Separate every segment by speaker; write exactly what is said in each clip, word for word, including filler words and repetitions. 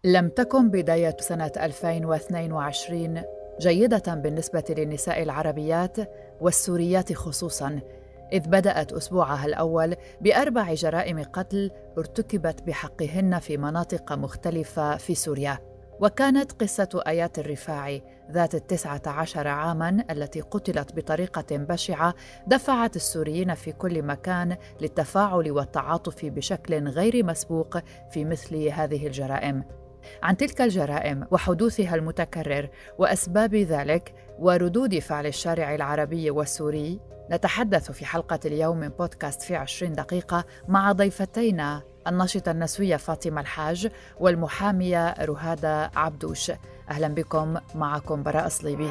Speaker 1: لم تكن بداية سنة ألفين واثنين وعشرين جيدة بالنسبة للنساء العربيات والسوريات خصوصاً، إذ بدأت أسبوعها الأول بأربع جرائم قتل ارتكبت بحقهن في مناطق مختلفة في سوريا. وكانت قصة آيات الرفاعي ذات التسعة عشر عاماً التي قتلت بطريقة بشعة دفعت السوريين في كل مكان للتفاعل والتعاطف بشكل غير مسبوق في مثل هذه الجرائم. عن تلك الجرائم وحدوثها المتكرر وأسباب ذلك وردود فعل الشارع العربي والسوري نتحدث في حلقة اليوم من بودكاست في عشرين دقيقة مع ضيفتينا الناشطة النسوية فاطمة الحاج والمحامية رهادة عبدوش. أهلا بكم، معكم براء صليبي.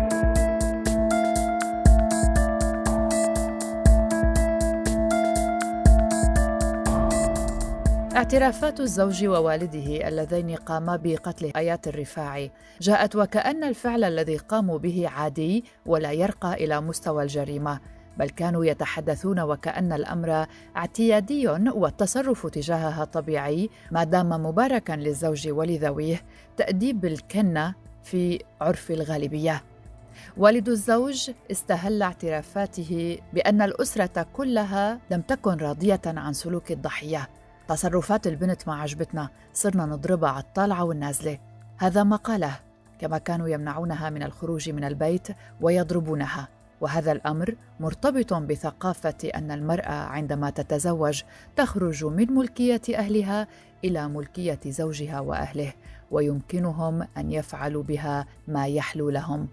Speaker 1: اعترافات الزوج ووالده اللذين قاما بقتل آيات الرفاعي جاءت وكأن الفعل الذي قاموا به عادي ولا يرقى إلى مستوى الجريمة، بل كانوا يتحدثون وكأن الأمر اعتيادي والتصرف تجاهها طبيعي ما دام مباركاً للزوج ولذويه، تأديب الكنة في عرف الغالبية. والد الزوج استهل اعترافاته بأن الأسرة كلها لم تكن راضية عن سلوك الضحية. تصرفات البنت ما عجبتنا، صرنا نضربها على الطالعة والنازلة، هذا ما قاله، كما كانوا يمنعونها من الخروج من البيت ويضربونها. وهذا الأمر مرتبط بثقافة أن المرأة عندما تتزوج تخرج من ملكية أهلها إلى ملكية زوجها وأهله، ويمكنهم أن يفعلوا بها ما يحلو لهم.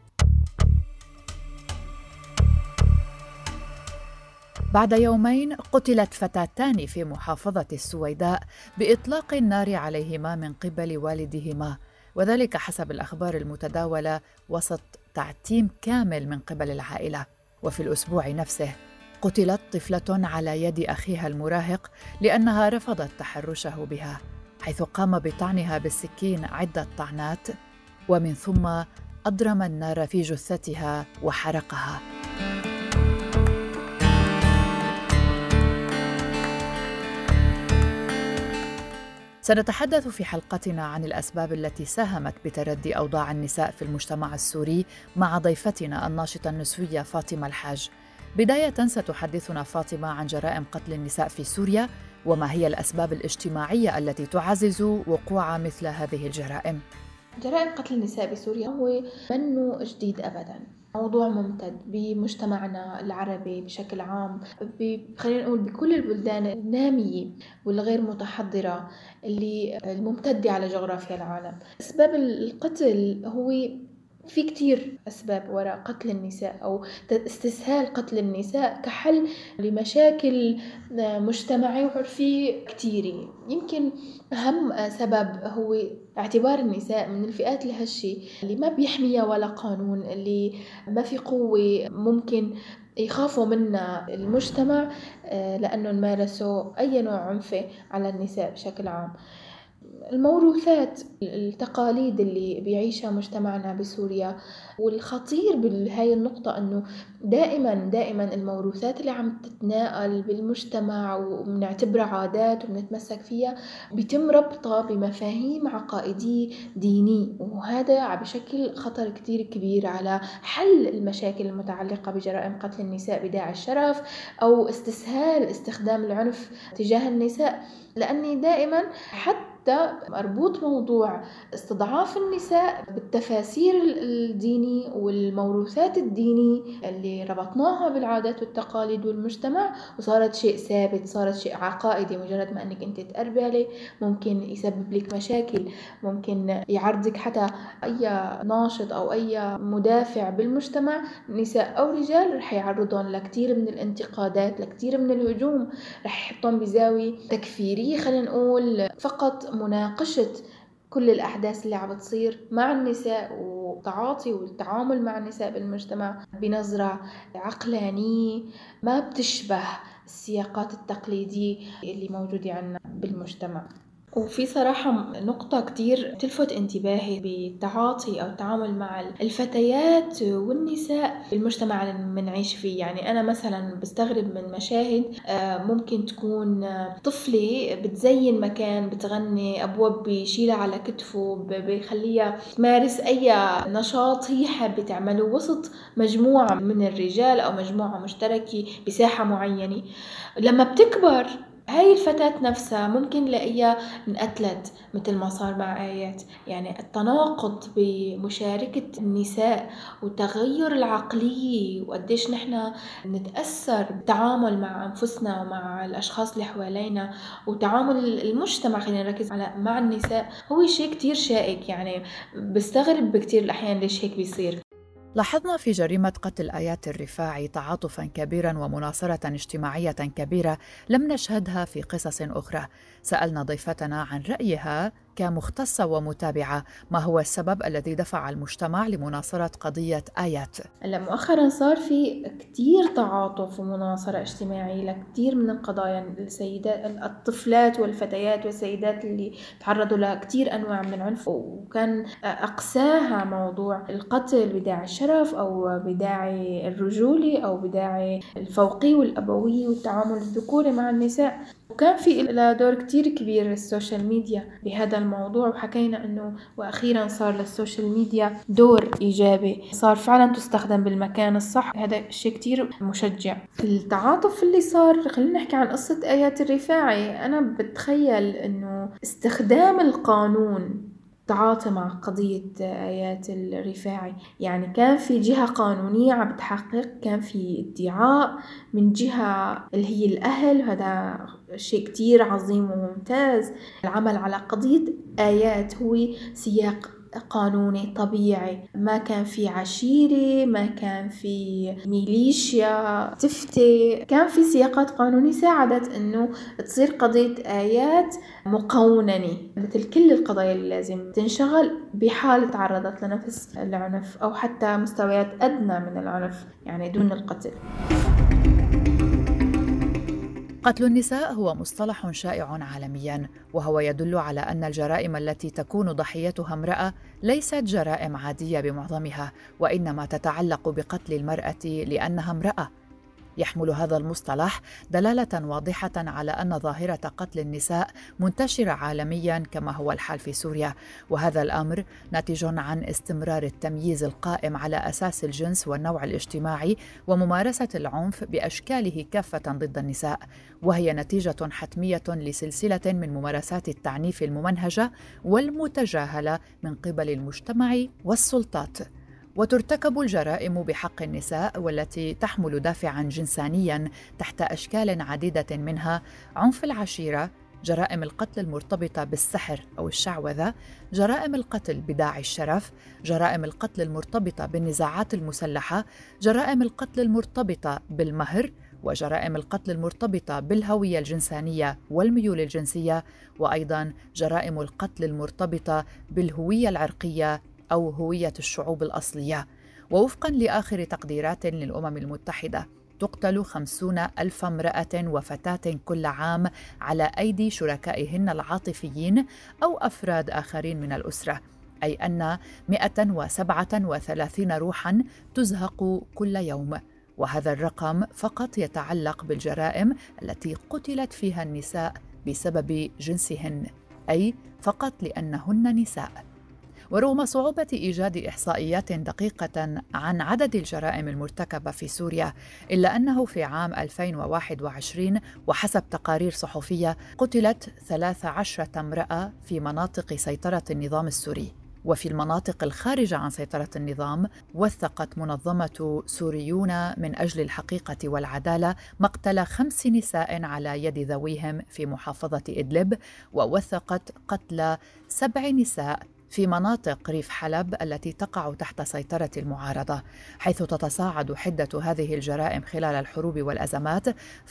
Speaker 1: بعد يومين قتلت فتاتان في محافظة السويداء بإطلاق النار عليهما من قبل والدهما، وذلك حسب الأخبار المتداولة وسط تعتيم كامل من قبل العائلة. وفي الأسبوع نفسه قتلت طفلة على يد أخيها المراهق لأنها رفضت تحرشه بها، حيث قام بطعنها بالسكين عدة طعنات، ومن ثم أضرم النار في جثتها وحرقها. سنتحدث في حلقتنا عن الأسباب التي ساهمت بتردي أوضاع النساء في المجتمع السوري مع ضيفتنا الناشطة النسوية فاطمة الحاج. بداية ستحدثنا فاطمة عن جرائم قتل النساء في سوريا، وما هي الأسباب الاجتماعية التي تعزز وقوع مثل هذه الجرائم.
Speaker 2: جرائم قتل النساء بسوريا هو منه جديد أبداً، موضوع ممتد بمجتمعنا العربي بشكل عام، خلينا نقول بكل البلدان النامية والغير متحضرة اللي الممتدة على جغرافيا العالم. أسباب القتل هو في كتير أسباب وراء قتل النساء أو استسهال قتل النساء كحل لمشاكل مجتمعي وعرفي كتيرة. يمكن أهم سبب هو اعتبار النساء من الفئات الهشة اللي ما بيحميها ولا قانون، اللي ما في قوة ممكن يخافوا منها المجتمع لأنه مارسوا أي نوع عنف على النساء بشكل عام. الموروثات، التقاليد اللي بيعيشها مجتمعنا بسوريا، والخطير بهاي النقطة أنه دائما دائما الموروثات اللي عم تتناقل بالمجتمع وبنعتبرها عادات وبنتمسك فيها بيتم ربطها بمفاهيم عقائدية دينية، وهذا بشكل خطر كتير كبير على حل المشاكل المتعلقة بجرائم قتل النساء بداعي الشرف أو استسهال استخدام العنف تجاه النساء. لأني دائما حتى مربوط موضوع استضعاف النساء بالتفاسير الديني والموروثات الديني اللي ربطناها بالعادات والتقاليد والمجتمع، وصارت شيء ثابت، صارت شيء عقائدي. مجرد ما أنك أنت تقربي عليه ممكن يسبب لك مشاكل، ممكن يعرضك حتى أي ناشط أو أي مدافع بالمجتمع، نساء أو رجال، رح يعرضون لكتير من الانتقادات، لكتير من الهجوم، رح يحطون بزاوية تكفيرية، خلينا نقول فقط مناقشة كل الأحداث اللي عم تصير مع النساء وتعاطي والتعامل مع النساء بالمجتمع بنظرة عقلانية ما بتشبه السياقات التقليدية اللي موجودة عنا بالمجتمع. وفي صراحة نقطة كتير تلفت انتباهي بالتعاطي أو التعامل مع الفتيات والنساء في المجتمع اللي بنعيش فيه. يعني أنا مثلا بستغرب من مشاهد ممكن تكون طفلة بتزين مكان، بتغني أبواب، بيشيلها على كتفه، بيخليها تمارس أي نشاط هي حابة تعمله وسط مجموعة من الرجال أو مجموعة مشتركة بساحة معينة. لما بتكبر هاي الفتاة نفسها ممكن نلاقيها انقتلت مثل ما صار مع آيات. يعني التناقض بمشاركة النساء وتغير العقلية، وقديش نحن نتأثر بالتعامل مع أنفسنا ومع الأشخاص اللي حوالينا، وتعامل المجتمع، خلينا نركز على مع النساء، هو شيء كتير شائك. يعني بستغرب بكتير الأحيان ليش هيك بيصير.
Speaker 1: لاحظنا في جريمة قتل آيات الرفاعي تعاطفاً كبيراً ومناصرة اجتماعية كبيرة لم نشهدها في قصص أخرى. سألنا ضيفتنا عن رأيها كمختصة ومتابعة، ما هو السبب الذي دفع المجتمع لمناصرة قضية آيات؟
Speaker 2: هلا مؤخرا صار في كتير تعاطف ومناصرة اجتماعية لكتير من القضايا. السيدات، الطفلات والفتيات والسيدات اللي تعرضوا لكتير أنواع من العنف، وكان أقساها موضوع القتل بداعي الشرف أو بداعي الرجولة أو بداعي الفوقية والأبوية والتعامل الذكوري مع النساء. وكان في له دور كتير كبير السوشيال ميديا بهذا الموضوع، وحكينا أنه وأخيرا صار للسوشيال ميديا دور إيجابي، صار فعلا تستخدم بالمكان الصح. هذا الشيء كتير مشجع. التعاطف اللي صار، خلينا نحكي عن قصة آيات الرفاعي. أنا بتخيل أنه استخدام القانون تعاطي مع قضية آيات الرفاعي، يعني كان في جهة قانونية عم بتحقق، كان في ادعاء من جهة اللي هي الأهل، وهذا شيء كتير عظيم وممتاز. العمل على قضية آيات هو سياق قانوني طبيعي، ما كان في عشيرة، ما كان في ميليشيا تفتي، كان في سياقات قانونية ساعدت انه تصير قضية آيات مقوننة مثل كل القضايا اللي لازم تنشغل بحال تعرضت لنفس العنف أو حتى مستويات أدنى من العنف، يعني دون القتل.
Speaker 1: قتل النساء هو مصطلح شائع عالمياً، وهو يدل على أن الجرائم التي تكون ضحيتها امرأة ليست جرائم عادية بمعظمها، وإنما تتعلق بقتل المرأة لأنها امرأة. يحمل هذا المصطلح دلالة واضحة على أن ظاهرة قتل النساء منتشرة عالمياً كما هو الحال في سوريا، وهذا الأمر ناتج عن استمرار التمييز القائم على أساس الجنس والنوع الاجتماعي وممارسة العنف بأشكاله كافة ضد النساء، وهي نتيجة حتمية لسلسلة من ممارسات التعنيف الممنهجة والمتجاهلة من قبل المجتمع والسلطات. وترتكب الجرائم بحق النساء والتي تحمل دافعاً جنسانياً تحت أشكال عديدة، منها عنف العشيرة، جرائم القتل المرتبطة بالسحر أو الشعوذة، جرائم القتل بداعي الشرف، جرائم القتل المرتبطة بالنزاعات المسلحة، جرائم القتل المرتبطة بالمهر، وجرائم القتل المرتبطة بالهوية الجنسانية والميول الجنسية، وأيضاً جرائم القتل المرتبطة بالهوية العرقية أو هوية الشعوب الأصلية. ووفقاً لآخر تقديرات للأمم المتحدة، تقتل خمسون ألف امرأة وفتاة كل عام على أيدي شركائهن العاطفيين أو أفراد آخرين من الأسرة، أي أن مئة وسبعة وثلاثين روحاً تزهق كل يوم. وهذا الرقم فقط يتعلق بالجرائم التي قتلت فيها النساء بسبب جنسهن، أي فقط لأنهن نساء. ورغم صعوبة إيجاد إحصائيات دقيقة عن عدد الجرائم المرتكبة في سوريا، إلا أنه في عام ألفين وواحد وعشرين وحسب تقارير صحفية قتلت ثلاث عشرة امرأة في مناطق سيطرة النظام السوري. وفي المناطق الخارجة عن سيطرة النظام، وثقت منظمة سوريون من أجل الحقيقة والعدالة مقتل خمس نساء على يد ذويهم في محافظة إدلب، ووثقت قتل سبع نساء في مناطق ريف حلب التي تقع تحت سيطرة المعارضة، حيث تتصاعد حدة هذه الجرائم خلال الحروب والأزمات،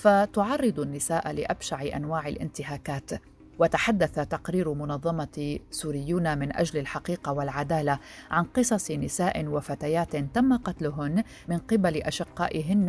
Speaker 1: فتعرض النساء لأبشع أنواع الانتهاكات. وتحدث تقرير منظمة سوريون من أجل الحقيقة والعدالة عن قصص نساء وفتيات تم قتلهن من قبل أشقائهن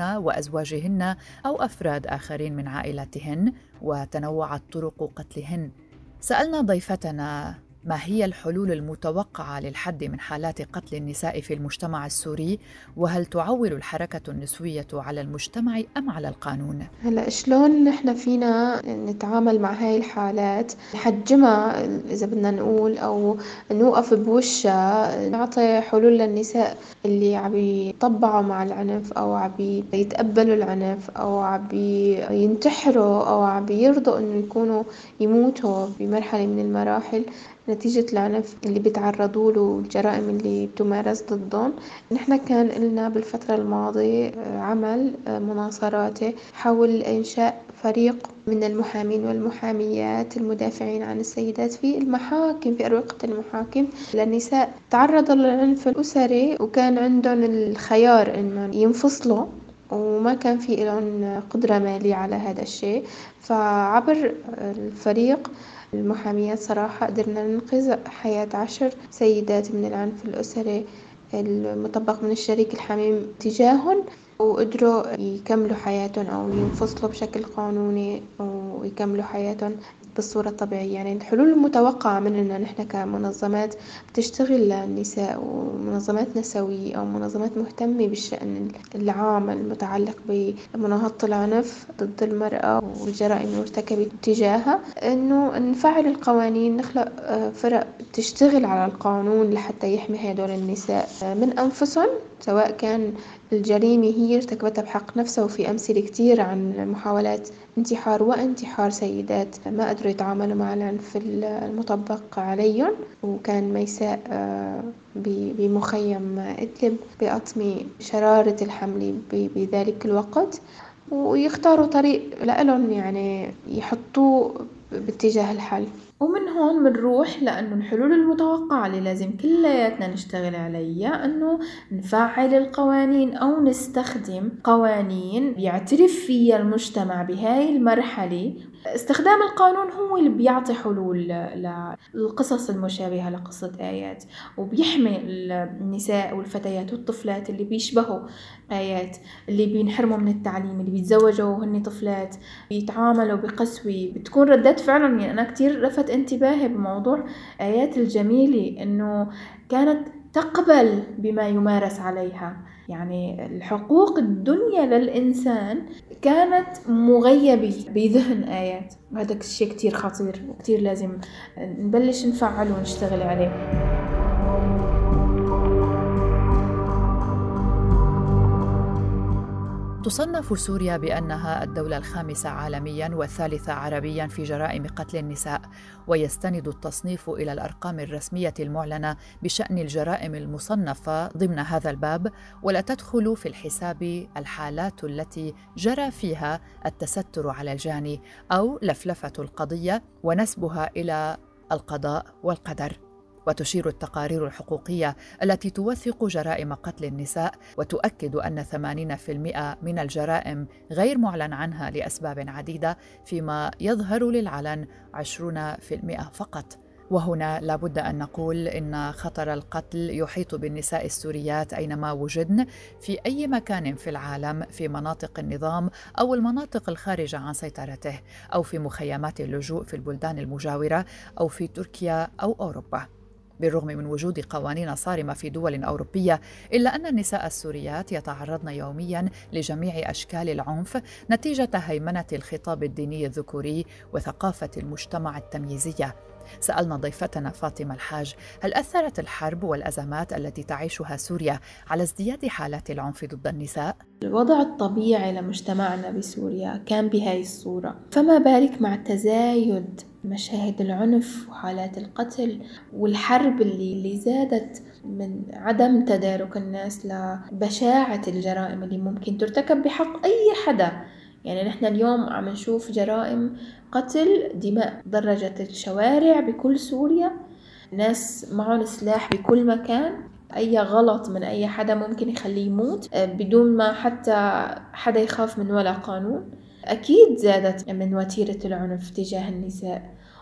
Speaker 1: وأزواجهن أو أفراد آخرين من عائلاتهن، وتنوعت طرق قتلهن. سألنا ضيفتنا ما هي الحلول المتوقعة للحد من حالات قتل النساء في المجتمع السوري، وهل تعول الحركة النسوية على المجتمع أم على القانون؟
Speaker 2: هلا شلون نحن فينا نتعامل مع هاي الحالات، نحجمها إذا بدنا نقول، أو نوقف بوشها، نعطي حلول للنساء اللي عم يطبعوا مع العنف أو عم يتقبلوا العنف أو عم ينتحروا أو عم يرضوا إنه يكونوا يموتوا بمرحلة من المراحل نتيجة العنف اللي بيتعرضوا له والجرائم اللي بتمارس ضدهم. نحن كان لنا بالفترة الماضية عمل مناصرات حول إنشاء فريق من المحامين والمحاميات المدافعين عن السيدات في المحاكم، في أروقة المحاكم للنساء تعرضوا للعنف الأسري، وكان عندهم الخيار إنهم ينفصلوا وما كان في لهم قدرة مالية على هذا الشيء. فعبر الفريق المحاميات صراحة قدرنا ننقذ حياة عشر سيدات من العنف الأسري المطبق من الشريك الحميم تجاههم، وقدروا يكملوا حياتهم أو ينفصلوا بشكل قانوني ويكملوا حياتهم بالصورة الطبيعية. يعني الحلول المتوقعة مننا نحن كمنظمات بتشتغل للنساء ومنظمات نسوية أو منظمات مهتمة بالشأن العام المتعلق بمناهضة العنف ضد المرأة والجرائم المرتكبة تجاهها، إنه نفعل القوانين، نخلق فرق تشتغل على القانون لحتى يحمي هدول النساء من أنفسهم، سواء كان الجريمة هي ارتكبتها بحق نفسها. وفي أمثلة كتير عن محاولات انتحار وانتحار سيدات ما قدروا يتعاملوا مع العنف المطبق عليهم، وكان ميساء بمخيم إدلب بأطمي شرارة الحمل بذلك الوقت، ويختاروا طريق لهم يعني يحطوه باتجاه الحل. ومن هون بنروح لأنه الحلول المتوقعة اللي لازم كلياتنا نشتغل عليها أنه نفعل القوانين أو نستخدم قوانين يعترف فيها المجتمع بهاي المرحلة. استخدام القانون هو اللي بيعطي حلول للقصص المشابهة لقصة آيات، وبيحمي النساء والفتيات والطفلات اللي بيشبهوا آيات، اللي بينحرموا من التعليم، اللي بيتزوجوا وهن طفلات، بيتعاملوا بقسوة. بتكون ردات فعلا، يعني أنا كتير لفت انتباهي بموضوع آيات الجميلة إنه كانت تقبل بما يمارس عليها. يعني الحقوق الدنيا للإنسان كانت مغيبة بذهن آيات، وهذا الشيء كتير خطير وكتير لازم نبلش نفعله ونشتغل عليه.
Speaker 1: تصنف سوريا بأنها الدولة الخامسة عالمياً والثالثة عربياً في جرائم قتل النساء، ويستند التصنيف إلى الأرقام الرسمية المعلنة بشأن الجرائم المصنفة ضمن هذا الباب، ولا تدخل في الحساب الحالات التي جرى فيها التستر على الجاني أو لفلفة القضية ونسبها إلى القضاء والقدر. وتشير التقارير الحقوقية التي توثق جرائم قتل النساء وتؤكد أن ثمانين بالمئة من الجرائم غير معلن عنها لأسباب عديدة، فيما يظهر للعلن عشرين بالمئة فقط. وهنا لابد أن نقول إن خطر القتل يحيط بالنساء السوريات أينما وجدن في أي مكان في العالم، في مناطق النظام أو المناطق الخارجة عن سيطرته، أو في مخيمات اللجوء في البلدان المجاورة، أو في تركيا أو أوروبا. بالرغم من وجود قوانين صارمة في دول أوروبية، إلا أن النساء السوريات يتعرضن يومياً لجميع أشكال العنف نتيجة هيمنة الخطاب الديني الذكوري وثقافة المجتمع التمييزية. سألنا ضيفتنا فاطمة الحاج هل أثرت الحرب والأزمات التي تعيشها سوريا على ازدياد حالات العنف ضد النساء؟
Speaker 2: الوضع الطبيعي لمجتمعنا بسوريا كان بهاي الصورة، فما بالك مع تزايد مشاهد العنف وحالات القتل والحرب اللي, اللي زادت من عدم تدارك الناس لبشاعة الجرائم اللي ممكن ترتكب بحق أي حدا. يعني نحن اليوم عم نشوف جرائم قتل، دماء ضرجت الشوارع بكل سوريا، ناس معهم سلاح بكل مكان، أي غلط من أي حدا ممكن يخليه يموت بدون ما حتى حدا يخاف من ولا قانون. أكيد زادت من وتيرة العنف تجاه النساء،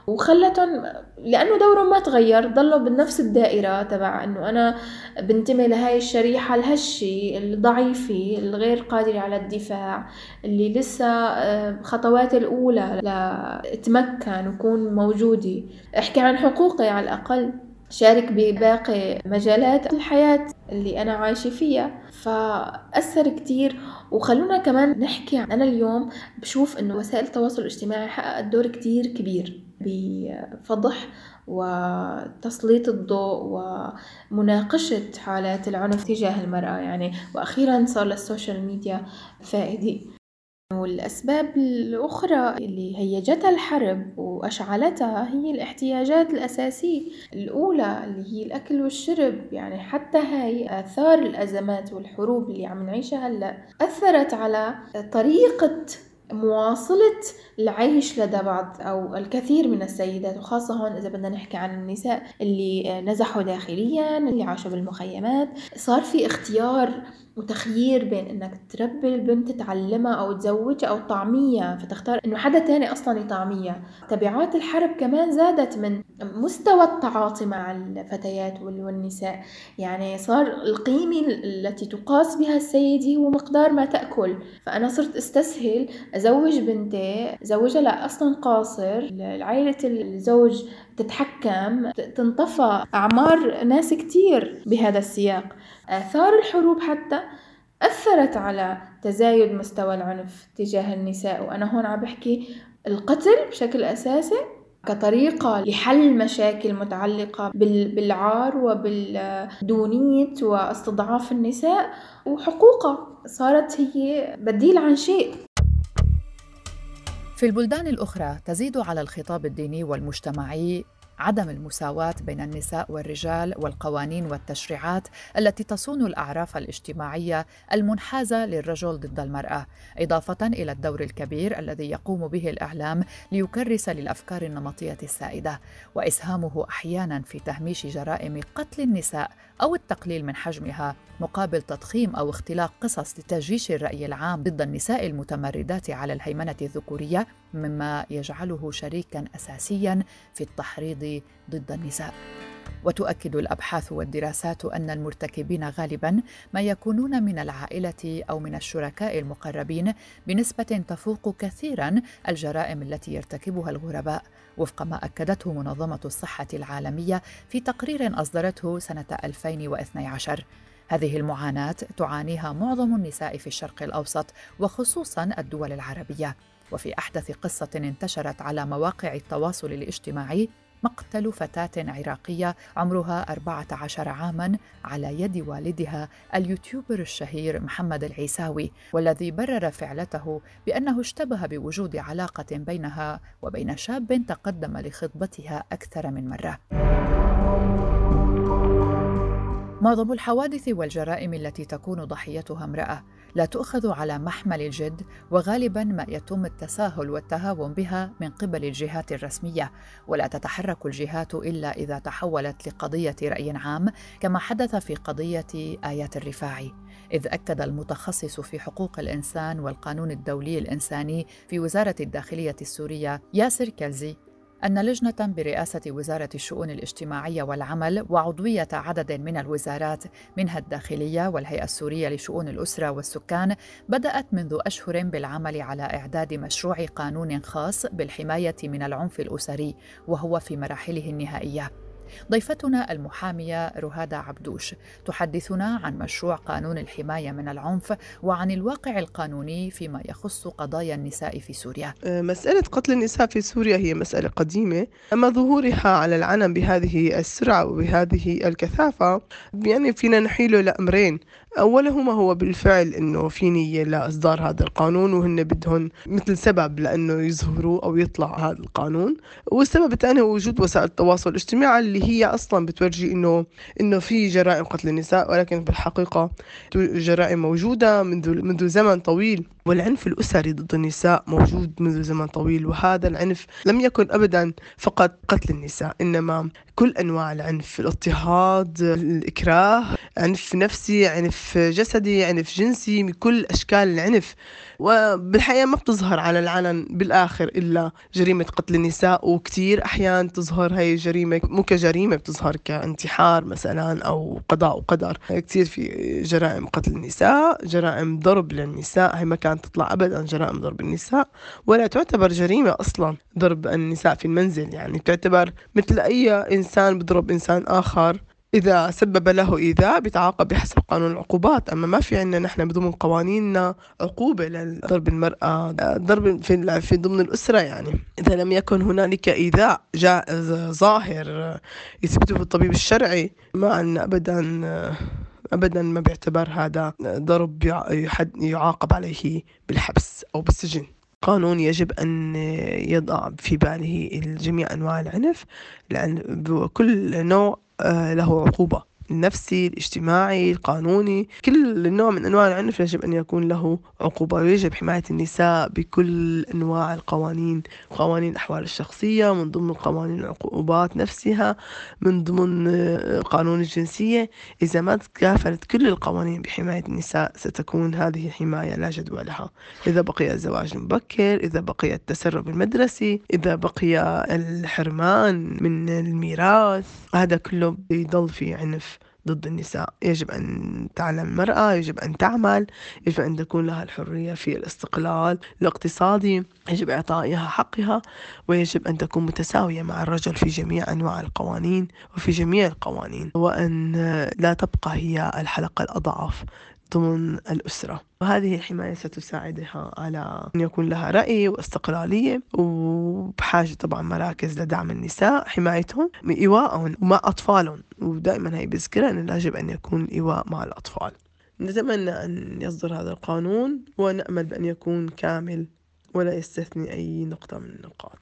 Speaker 2: وخلتهم لأنه دورهم ما تغير ضلوا بنفس الدائرة تبع أنه أنا بنتمي لهاي الشريحة الهشة الضعيفة الغير قادرة على الدفاع اللي لسه خطوات الأولى لأتمكن وكون موجودة، احكي عن حقوقي على الأقل، شارك بباقي مجالات الحياة اللي أنا عايشة فيها. فأثر كتير. وخلونا كمان نحكي، أنا اليوم بشوف أنه وسائل التواصل الاجتماعي حققت دور كتير كبير بفضح وتسليط الضوء ومناقشة حالات العنف تجاه المرأة يعني، وأخيرا صار للسوشيال ميديا فائدة. والأسباب الأخرى اللي هيجتها الحرب وأشعلتها هي الاحتياجات الأساسية الأولى اللي هي الأكل والشرب. يعني حتى هاي آثار الأزمات والحروب اللي عم نعيشها هلأ أثرت على طريقة مواصلة العيش لدى بعض أو الكثير من السيدات، وخاصة هون إذا بدنا نحكي عن النساء اللي نزحوا داخليا اللي عاشوا بالمخيمات. صار في اختيار وتخيير بين انك تربي البنت تعلمها او تزوجها او تطعميها، فتختار انه حدا تاني اصلا يطعميها. تبعات الحرب كمان زادت من مستوى التعاطي مع الفتيات والنساء، يعني صار القيمة التي تقاس بها السيدة هو مقدار ما تأكل، فأنا صرت استسهل أزوج بنتي زوجها لا أصلا قاصر، عائلة الزوج تتحكم، تنطفى أعمار ناس كتير بهذا السياق. آثار الحروب حتى أثرت على تزايد مستوى العنف تجاه النساء، وأنا هون عم بحكي القتل بشكل أساسي كطريقة لحل مشاكل متعلقة بالعار وبالدونية واستضعاف النساء وحقوقها، صارت هي بديل عن شيء.
Speaker 1: في البلدان الأخرى تزيد على الخطاب الديني والمجتمعي عدم المساواة بين النساء والرجال والقوانين والتشريعات التي تصون الأعراف الاجتماعية المنحازة للرجل ضد المرأة، إضافة إلى الدور الكبير الذي يقوم به الإعلام ليكرس للأفكار النمطية السائدة، وإسهامه أحياناً في تهميش جرائم قتل النساء أو التقليل من حجمها مقابل تضخيم أو اختلاق قصص لتجيش الرأي العام ضد النساء المتمردات على الهيمنة الذكورية، مما يجعله شريكاً أساسياً في التحريض ضد النساء. وتؤكد الأبحاث والدراسات أن المرتكبين غالباً ما يكونون من العائلة أو من الشركاء المقربين بنسبة تفوق كثيراً الجرائم التي يرتكبها الغرباء، وفق ما أكدته منظمة الصحة العالمية في تقرير أصدرته سنة ألفين واثني عشر. هذه المعاناة تعانيها معظم النساء في الشرق الأوسط وخصوصاً الدول العربية. وفي أحدث قصة انتشرت على مواقع التواصل الاجتماعي مقتل فتاة عراقية عمرها أربعة عشر عاماً على يد والدها اليوتيوبر الشهير محمد العيساوي، والذي برر فعلته بأنه اشتبه بوجود علاقة بينها وبين شاب تقدم لخطبتها أكثر من مرة. معظم الحوادث والجرائم التي تكون ضحيتها امرأة لا تؤخذ على محمل الجد، وغالباً ما يتم التساهل والتهاون بها من قبل الجهات الرسمية، ولا تتحرك الجهات إلا إذا تحولت لقضية رأي عام، كما حدث في قضية آيات الرفاعي. إذ أكد المتخصص في حقوق الإنسان والقانون الدولي الإنساني في وزارة الداخلية السورية ياسر كالزي أن لجنة برئاسة وزارة الشؤون الاجتماعية والعمل وعضوية عدد من الوزارات منها الداخلية والهيئة السورية لشؤون الأسرة والسكان بدأت منذ أشهر بالعمل على إعداد مشروع قانون خاص بالحماية من العنف الأسري، وهو في مراحله النهائية. ضيفتنا المحامية رهادة عبدوش تحدثنا عن مشروع قانون الحماية من العنف وعن الواقع القانوني فيما يخص قضايا النساء في سوريا.
Speaker 3: مسألة قتل النساء في سوريا هي مسألة قديمة، أما ظهورها على العلن بهذه السرعة وبهذه الكثافة يعني فينا نحيله لأمرين. أولهما هو بالفعل أنه في نية لإصدار هذا القانون وهن بدهن مثل سبب لأنه يظهروا أو يطلع هذا القانون، والسبب الثاني هو وجود وسائل التواصل الاجتماعي اللي هي أصلا بتورجي إنه إنه في جرائم قتل النساء، ولكن في الحقيقة جرائم موجودة منذ منذ زمن طويل. والعنف الأسري ضد النساء موجود منذ زمن طويل، وهذا العنف لم يكن أبدا فقط قتل النساء، إنما كل أنواع العنف، الاضطهاد، الإكراه، عنف نفسي، عنف جسدي، عنف جنسي، من كل أشكال العنف. وبالحقيقة ما بتظهر على العلن بالآخر إلا جريمة قتل النساء، وكتير أحيان تظهر هاي الجريمة مو كجريمة، بتظهر كانتحار مثلا أو قضاء وقدر. كتير في جرائم قتل النساء، جرائم ضرب للنساء، هي ما كانت تطلع أبدا جرائم ضرب النساء، ولا تعتبر جريمة أصلا ضرب النساء في المنزل، يعني تعتبر مثل أي إنسان بضرب إنسان آخر، إذا سبب له إيذاء بيتعاقب بحسب قانون العقوبات. أما ما في عندنا نحن بضمن قوانيننا عقوبة لضرب المرأة، ضرب في في ضمن الأسرة، يعني إذا لم يكن هنالك إيذاء جائز ظاهر يثبته الطبيب الشرعي، ما عندنا أبدا أبدا ما بيعتبر هذا ضرب يعاقب عليه بالحبس أو بالسجن. قانون يجب أن يضع في باله الجميع أنواع العنف، لأن كل نوع له عقوبة، النفسي، الاجتماعي، القانوني، كل نوع من أنواع العنف يجب أن يكون له عقوبة. ويجب حماية النساء بكل أنواع القوانين، قوانين الأحوال الشخصية، من ضمن قوانين العقوبات نفسها، من ضمن قانون الجنسية. إذا ما تكافلت كل القوانين بحماية النساء ستكون هذه حماية لا جدوى لها. إذا بقي الزواج المبكر، إذا بقي التسرب المدرسي، إذا بقي الحرمان من الميراث، هذا كله يضل في عنف ضد النساء. يجب أن تعلم المرأة، يجب أن تعمل، يجب أن تكون لها الحرية في الاستقلال الاقتصادي، يجب إعطائها حقها، ويجب أن تكون متساوية مع الرجل في جميع أنواع القوانين وفي جميع القوانين، وأن لا تبقى هي الحلقة الأضعف ضمن الأسرة. وهذه الحماية ستساعدها على أن يكون لها رأي واستقلالية، وبحاجة طبعا مراكز لدعم النساء، حمايتهم إيواءهم ومع أطفالهم، ودائما هي بذكرها أن يجب أن يكون الإيواء مع الأطفال. نتمنى أن يصدر هذا القانون، ونأمل بأن يكون كامل ولا يستثني أي نقطة من النقاط.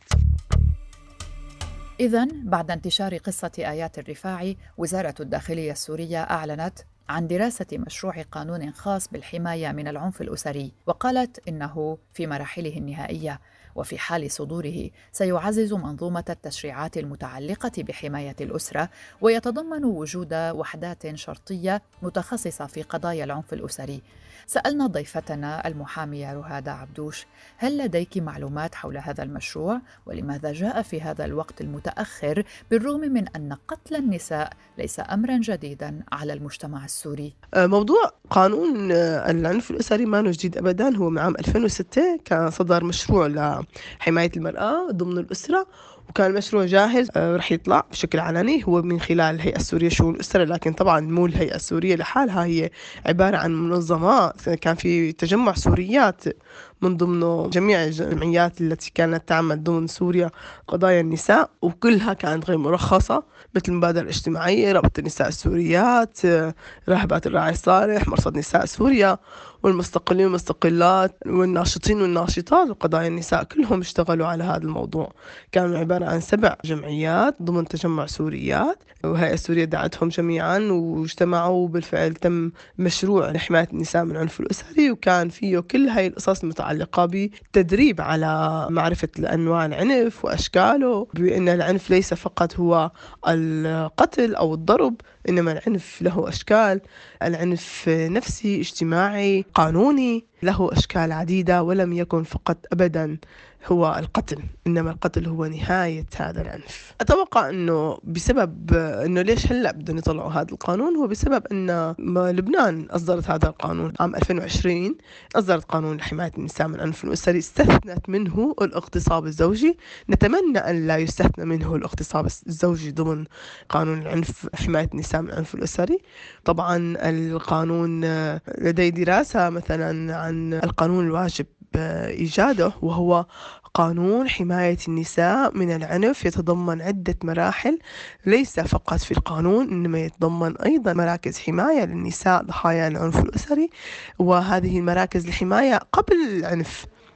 Speaker 1: إذن بعد انتشار قصة آيات الرفاعي، وزارة الداخلية السورية أعلنت عن دراسة مشروع قانون خاص بالحماية من العنف الأسري، وقالت إنه في مراحله النهائية، وفي حال صدوره سيعزز منظومة التشريعات المتعلقة بحماية الأسرة، ويتضمن وجود وحدات شرطية متخصصة في قضايا العنف الأسري. سألنا ضيفتنا المحامية رهادة عبدوش، هل لديك معلومات حول هذا المشروع؟ ولماذا جاء في هذا الوقت المتأخر، بالرغم من أن قتل النساء ليس أمرا جديدا على المجتمع السوري؟
Speaker 3: موضوع قانون العنف الأسري ما جديد أبدا، هو من عام ألفين وستة كان صدر مشروع لحماية المرأة ضمن الأسرة، وكان المشروع جاهز رح يطلع بشكل علني، هو من خلال الهيئة السورية شؤون الأسرة، لكن طبعا مو الهيئة السورية لحالها، هي عبارة عن منظمات، كان في تجمع سوريات من ضمنه جميع الجمعيات التي كانت تعمل ضمن سوريا قضايا النساء، وكلها كانت غير مرخصة، مثل المبادرة الاجتماعية، رابطة النساء السوريات، راهبات الراعي الصالح، مرصد نساء سوريا، والمستقلين والمستقلات، والناشطين والناشطات وقضايا النساء، كلهم اشتغلوا على هذا الموضوع. كانوا عبارة عن سبع جمعيات ضمن تجمع سوريات، وهيئة السورية دعتهم جميعا، واجتمعوا بالفعل تم مشروع لحماية النساء من العنف الأسري، وكان فيه كل هاي القصص المتعلقة بالتدريب على معرفة أنواع العنف وأشكاله، بأن العنف ليس فقط هو القتل أو الضرب، إنما العنف له أشكال، العنف نفسي، اجتماعي، قانوني، له أشكال عديدة، ولم يكن فقط أبدا هو القتل، إنما القتل هو نهاية هذا العنف. أتوقع أنه بسبب أنه ليش هلأ بدهم يطلعوا هذا القانون، هو بسبب أن لبنان أصدرت هذا القانون عام ألفين وعشرين، أصدرت قانون لحماية النساء من العنف الأسري، استثنت منه الاغتصاب الزوجي. نتمنى أن لا يستثنى منه الاغتصاب الزوجي ضمن قانون العنف، حماية النساء من العنف الأسري. طبعا القانون لدي دراسة مثلا عن القانون الواجب إيجاده، وهو قانون حماية النساء من العنف، يتضمن عدة مراحل، ليس فقط في القانون إنما يتضمن أيضا مراكز حماية للنساء ضحايا العنف الأسري، وهذه المراكز الحماية قبل العنف،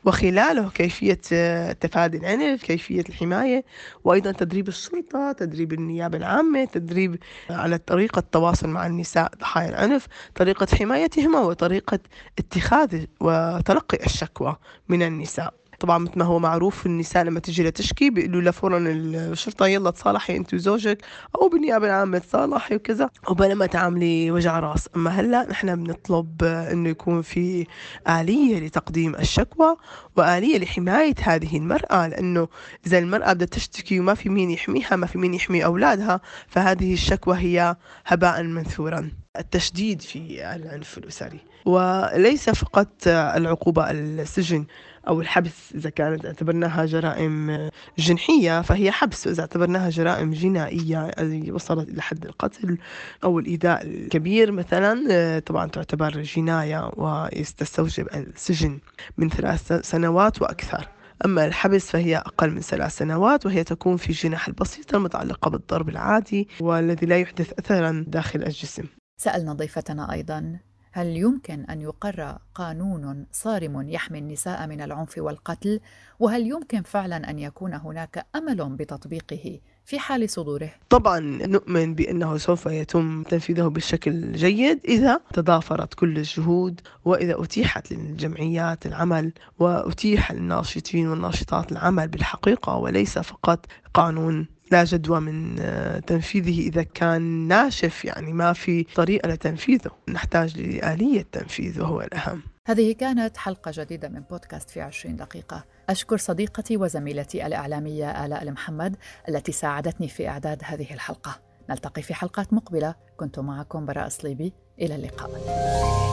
Speaker 3: وخلاله كيفية تفادي العنف، كيفية الحماية، وأيضا تدريب الشرطة، تدريب النيابة العامة، تدريب على طريقة التواصل مع النساء ضحايا العنف، طريقة حمايتهما وطريقة اتخاذ وتلقي الشكوى من النساء. طبعا مثل ما هو معروف النساء لما تجي لتشكي بيقولوا لها فورا الشرطة يلا تصالحي انت وزوجك، او بالنيابة العامة تصالحي وكذا، وبلا ما تعملي وجع راس. اما هلا نحن بنطلب انه يكون في آلية لتقديم الشكوى وآلية لحماية هذه المرأة، لانه اذا المرأة بدها تشتكي وما في مين يحميها، ما في مين يحمي اولادها، فهذه الشكوى هي هباء منثورا. التشديد في العنف الأسري، وليس فقط العقوبة السجن أو الحبس إذا كانت اعتبرناها جرائم جنحية فهي حبس، وإذا اعتبرناها جرائم جنائية وصلت إلى حد القتل أو الإيذاء الكبير مثلا طبعا تعتبر جناية ويستوجب السجن من ثلاث سنوات وأكثر. أما الحبس فهي أقل من ثلاث سنوات، وهي تكون في الجناح البسيطة المتعلقة بالضرب العادي والذي لا يحدث أثرا داخل الجسم.
Speaker 1: سألنا ضيفتنا أيضا: هل يمكن أن يقر قانون صارم يحمي النساء من العنف والقتل؟ وهل يمكن فعلا أن يكون هناك أمل بتطبيقه في حال صدوره؟
Speaker 3: طبعا نؤمن بأنه سوف يتم تنفيذه بشكل جيد إذا تضافرت كل الجهود، وإذا أتيحت للجمعيات العمل وأتيح للناشطين والناشطات العمل بالحقيقة، وليس فقط قانون لا جدوى من تنفيذه إذا كان ناشف، يعني ما في طريقة لتنفيذه. نحتاج لآلية تنفيذ وهو الأهم.
Speaker 1: هذه كانت حلقة جديدة من بودكاست في عشرين دقيقة. أشكر صديقتي وزميلتي الإعلامية آلاء المحمد التي ساعدتني في إعداد هذه الحلقة. نلتقي في حلقات مقبلة. كنت معكم براء صليبي، إلى اللقاء.